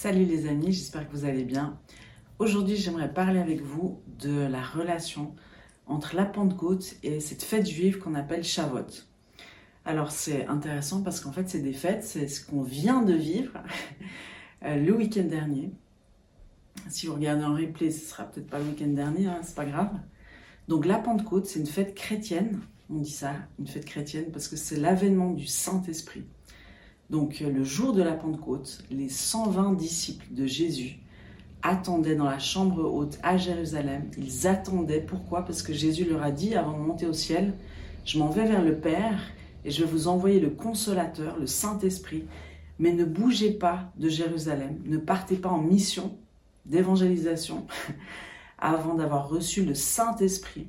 Salut les amis, j'espère que vous allez bien. Aujourd'hui, j'aimerais parler avec vous de la relation entre la Pentecôte et cette fête juive qu'on appelle Shavuot. Alors c'est intéressant parce qu'en fait c'est des fêtes, c'est ce qu'on vient de vivre le week-end dernier. Si vous regardez en replay, ce sera peut-être pas le week-end dernier, c'est pas grave. Donc la Pentecôte, c'est une fête chrétienne, on dit ça, une fête chrétienne parce que c'est l'avènement du Saint-Esprit. Donc le jour de la Pentecôte, les 120 disciples de Jésus attendaient dans la chambre haute à Jérusalem. Ils attendaient, pourquoi? Parce que Jésus leur a dit avant de monter au ciel, je m'en vais vers le Père et je vais vous envoyer le Consolateur, le Saint-Esprit, mais ne bougez pas de Jérusalem, ne partez pas en mission d'évangélisation avant d'avoir reçu le Saint-Esprit.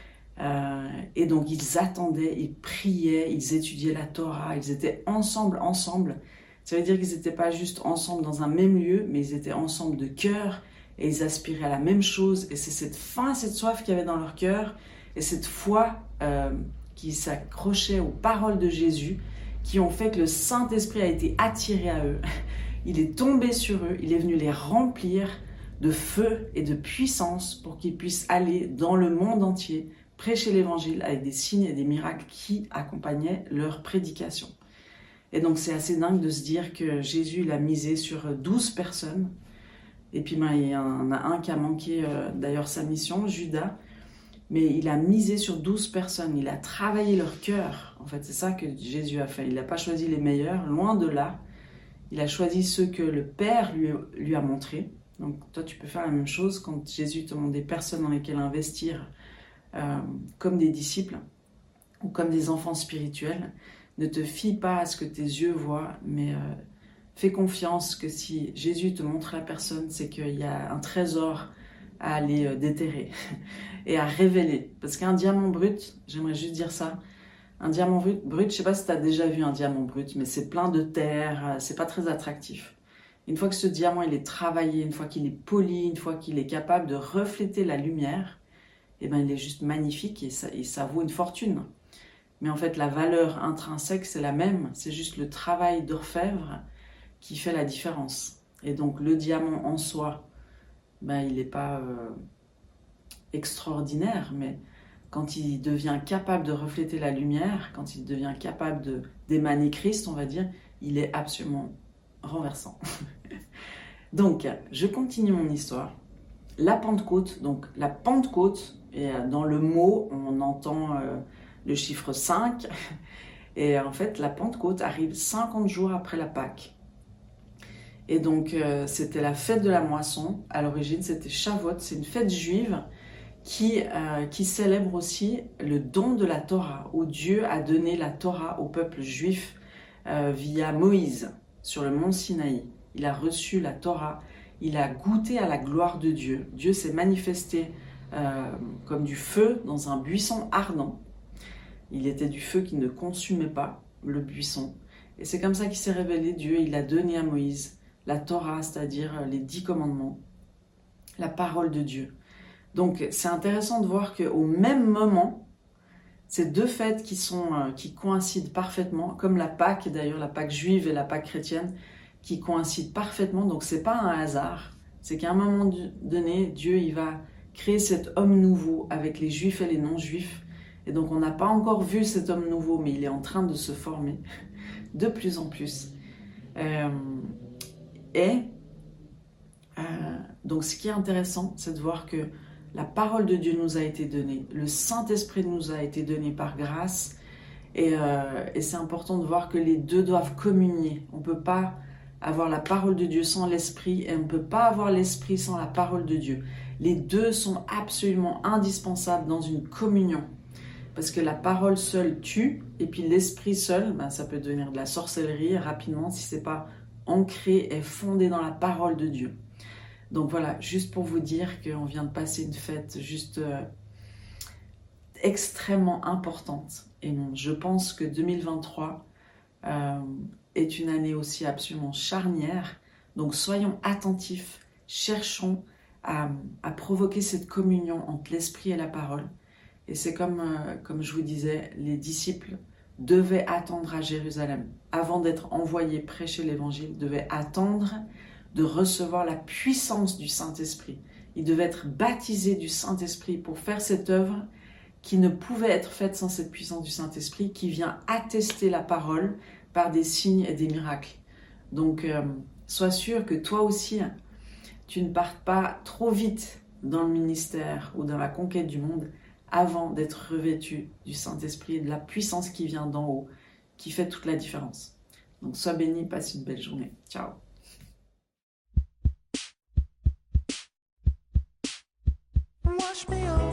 Et donc ils attendaient, ils priaient, ils étudiaient la Torah, ils étaient ensemble. Ça veut dire qu'ils n'étaient pas juste ensemble dans un même lieu, mais ils étaient ensemble de cœur et ils aspiraient à la même chose. Et c'est cette faim, cette soif qu'il y avait dans leur cœur et cette foi qui s'accrochait aux paroles de Jésus qui ont fait que le Saint-Esprit a été attiré à eux. Il est tombé sur eux, il est venu les remplir de feu et de puissance pour qu'ils puissent aller dans le monde entier prêcher l'évangile avec des signes et des miracles qui accompagnaient leur prédication. Et donc c'est assez dingue de se dire que Jésus il a misé sur 12 personnes. Et puis il y en a un qui a manqué d'ailleurs sa mission, Judas. Mais il a misé sur 12 personnes, il a travaillé leur cœur. En fait, c'est ça que Jésus a fait. Il n'a pas choisi les meilleurs, loin de là. Il a choisi ceux que le Père lui a montrés. Donc toi, tu peux faire la même chose quand Jésus te montre des personnes dans lesquelles investir comme des disciples ou comme des enfants spirituels. Ne te fie pas à ce que tes yeux voient, mais fais confiance que si Jésus te montre la personne, c'est qu'il y a un trésor à aller déterrer et à révéler. Parce qu'un diamant brut, j'aimerais juste dire ça, un diamant brut, je ne sais pas si tu as déjà vu un diamant brut, mais c'est plein de terre, c'est pas très attractif. Une fois que ce diamant il est travaillé, une fois qu'il est poli, une fois qu'il est capable de refléter la lumière, eh ben, il est juste magnifique et ça vaut une fortune. Mais en fait, la valeur intrinsèque, c'est la même. C'est juste le travail d'orfèvre qui fait la différence. Et donc, le diamant en soi, ben, il n'est pas extraordinaire, mais quand il devient capable de refléter la lumière, quand il devient capable d'émaner Christ, on va dire, il est absolument renversant. Donc, je continue mon histoire. La Pentecôte, et dans le mot, on entend le chiffre 5, et en fait, la Pentecôte arrive 50 jours après la Pâque. Et donc, c'était la fête de la moisson. À l'origine, c'était Shavuot, c'est une fête juive qui célèbre aussi le don de la Torah, où Dieu a donné la Torah au peuple juif via Moïse, sur le mont Sinaï. Il a reçu la Torah, il a goûté à la gloire de Dieu. Dieu s'est manifesté comme du feu dans un buisson ardent. Il était du feu qui ne consumait pas le buisson. Et c'est comme ça qu'il s'est révélé Dieu. Il a donné à Moïse la Torah, c'est-à-dire les 10 commandements, la parole de Dieu. Donc c'est intéressant de voir qu'au même moment, ces deux fêtes qui coïncident parfaitement, comme la Pâque d'ailleurs, la Pâque juive et la Pâque chrétienne, qui coïncident parfaitement. Donc c'est pas un hasard. C'est qu'à un moment donné, Dieu il va créer cet homme nouveau avec les juifs et les non-juifs. Et donc on n'a pas encore vu cet homme nouveau, mais il est en train de se former de plus en plus. Donc ce qui est intéressant, c'est de voir que la parole de Dieu nous a été donnée, le Saint-Esprit nous a été donné par grâce, et c'est important de voir que les deux doivent communier. On ne peut pas avoir la parole de Dieu sans l'Esprit, et on ne peut pas avoir l'Esprit sans la parole de Dieu. Les deux sont absolument indispensables dans une communion. Parce que la parole seule tue, et puis l'esprit seul, ça peut devenir de la sorcellerie rapidement si ce n'est pas ancré et fondé dans la parole de Dieu. Donc voilà, juste pour vous dire qu'on vient de passer une fête juste extrêmement importante. Et je pense que 2023 est une année aussi absolument charnière. Donc soyons attentifs, cherchons à provoquer cette communion entre l'esprit et la parole. Et c'est comme je vous disais, les disciples devaient attendre à Jérusalem. Avant d'être envoyés prêcher l'évangile, devaient attendre de recevoir la puissance du Saint-Esprit. Il devait être baptisé du Saint-Esprit pour faire cette œuvre qui ne pouvait être faite sans cette puissance du Saint-Esprit qui vient attester la parole par des signes et des miracles. Donc, sois sûr que toi aussi, tu ne partes pas trop vite dans le ministère ou dans la conquête du monde avant d'être revêtu du Saint-Esprit et de la puissance qui vient d'en haut, qui fait toute la différence. Donc, sois béni, passe une belle journée. Ciao. Wash me